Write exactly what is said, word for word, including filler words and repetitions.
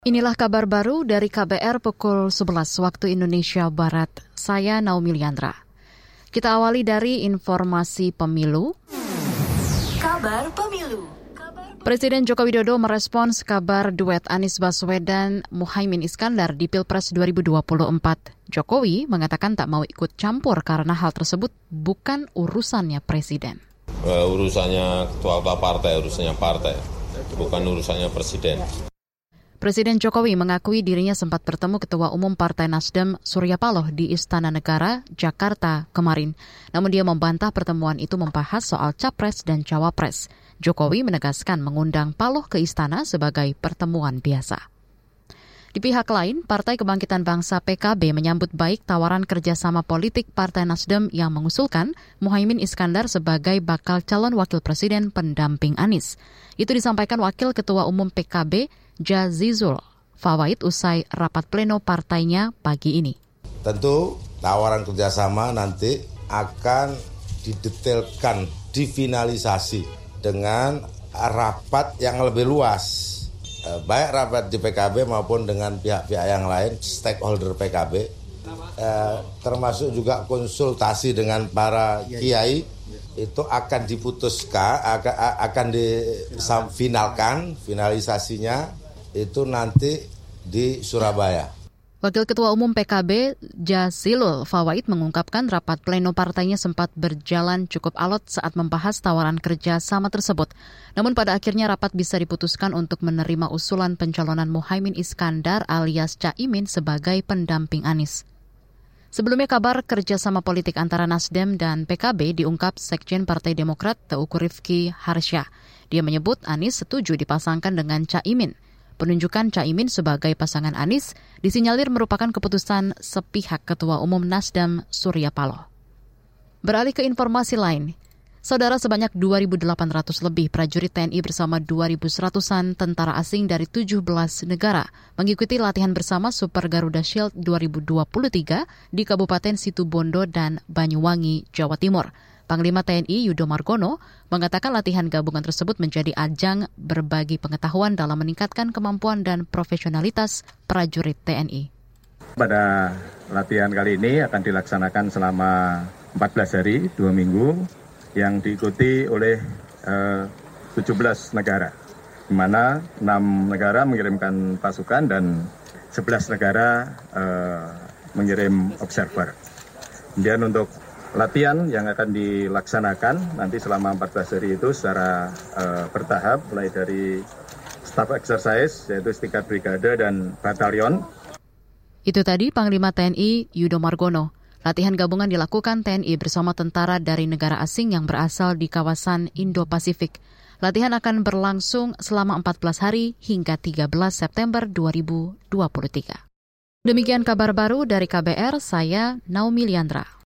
Inilah kabar baru dari K B R pukul sebelas waktu Indonesia Barat. Saya Naomi Liandra. Kita awali dari informasi pemilu. Kabar pemilu. Presiden Joko Widodo merespons kabar duet Anies Baswedan Muhaimin Iskandar di Pilpres dua ribu dua puluh empat. Jokowi mengatakan tak mau ikut campur karena hal tersebut bukan urusannya presiden. Uh, urusannya ketua-ketua partai, urusannya partai, bukan urusannya presiden. Presiden Jokowi mengakui dirinya sempat bertemu Ketua Umum Partai Nasdem Surya Paloh di Istana Negara, Jakarta kemarin. Namun dia membantah pertemuan itu membahas soal Capres dan Cawapres. Jokowi menegaskan mengundang Paloh ke Istana sebagai pertemuan biasa. Di pihak lain, Partai Kebangkitan Bangsa P K B menyambut baik tawaran kerjasama politik Partai Nasdem yang mengusulkan Muhaimin Iskandar sebagai bakal calon wakil presiden pendamping Anies. Itu disampaikan Wakil Ketua Umum P K B, Jazilul Fawait usai rapat pleno partainya pagi ini. Tentu tawaran kerjasama nanti akan didetailkan, difinalisasi dengan rapat yang lebih luas. Baik rapat di P K B maupun dengan pihak-pihak yang lain, stakeholder P K B, eh, termasuk juga konsultasi dengan para kiai, itu akan diputuskan, akan, akan difinalkan, finalisasinya itu nanti di Surabaya. Wakil Ketua Umum P K B, Jazilul Fawait mengungkapkan rapat pleno partainya sempat berjalan cukup alot saat membahas tawaran kerja sama tersebut. Namun pada akhirnya rapat bisa diputuskan untuk menerima usulan pencalonan Muhaimin Iskandar alias Caimin sebagai pendamping Anies. Sebelumnya kabar kerjasama politik antara Nasdem dan P K B diungkap Sekjen Partai Demokrat Teuku Rifki Harsha. Dia menyebut Anies setuju dipasangkan dengan Caimin. Penunjukan Caimin sebagai pasangan Anies disinyalir merupakan keputusan sepihak Ketua Umum Nasdem Surya Paloh. Beralih ke informasi lain, saudara sebanyak dua ribu delapan ratus lebih prajurit T N I bersama dua ribu seratusan tentara asing dari tujuh belas negara mengikuti latihan bersama Super Garuda Shield dua ribu dua puluh tiga di Kabupaten Situbondo dan Banyuwangi, Jawa Timur. Panglima T N I Yudo Margono mengatakan latihan gabungan tersebut menjadi ajang berbagi pengetahuan dalam meningkatkan kemampuan dan profesionalitas prajurit T N I. Pada latihan kali ini akan dilaksanakan selama empat belas hari, dua minggu, yang diikuti oleh eh, tujuh belas negara, di mana enam negara mengirimkan pasukan dan sebelas negara eh, mengirim observer. Kemudian untuk latihan yang akan dilaksanakan nanti selama empat belas hari itu secara uh, bertahap, mulai dari staff exercise, yaitu setingkat brigade dan batalion. Itu tadi Panglima T N I Yudo Margono. Latihan gabungan dilakukan T N I bersama tentara dari negara asing yang berasal di kawasan Indo-Pasifik. Latihan akan berlangsung selama empat belas hari hingga tiga belas September dua ribu dua puluh tiga. Demikian kabar baru dari K B R, saya Naomi Liandra.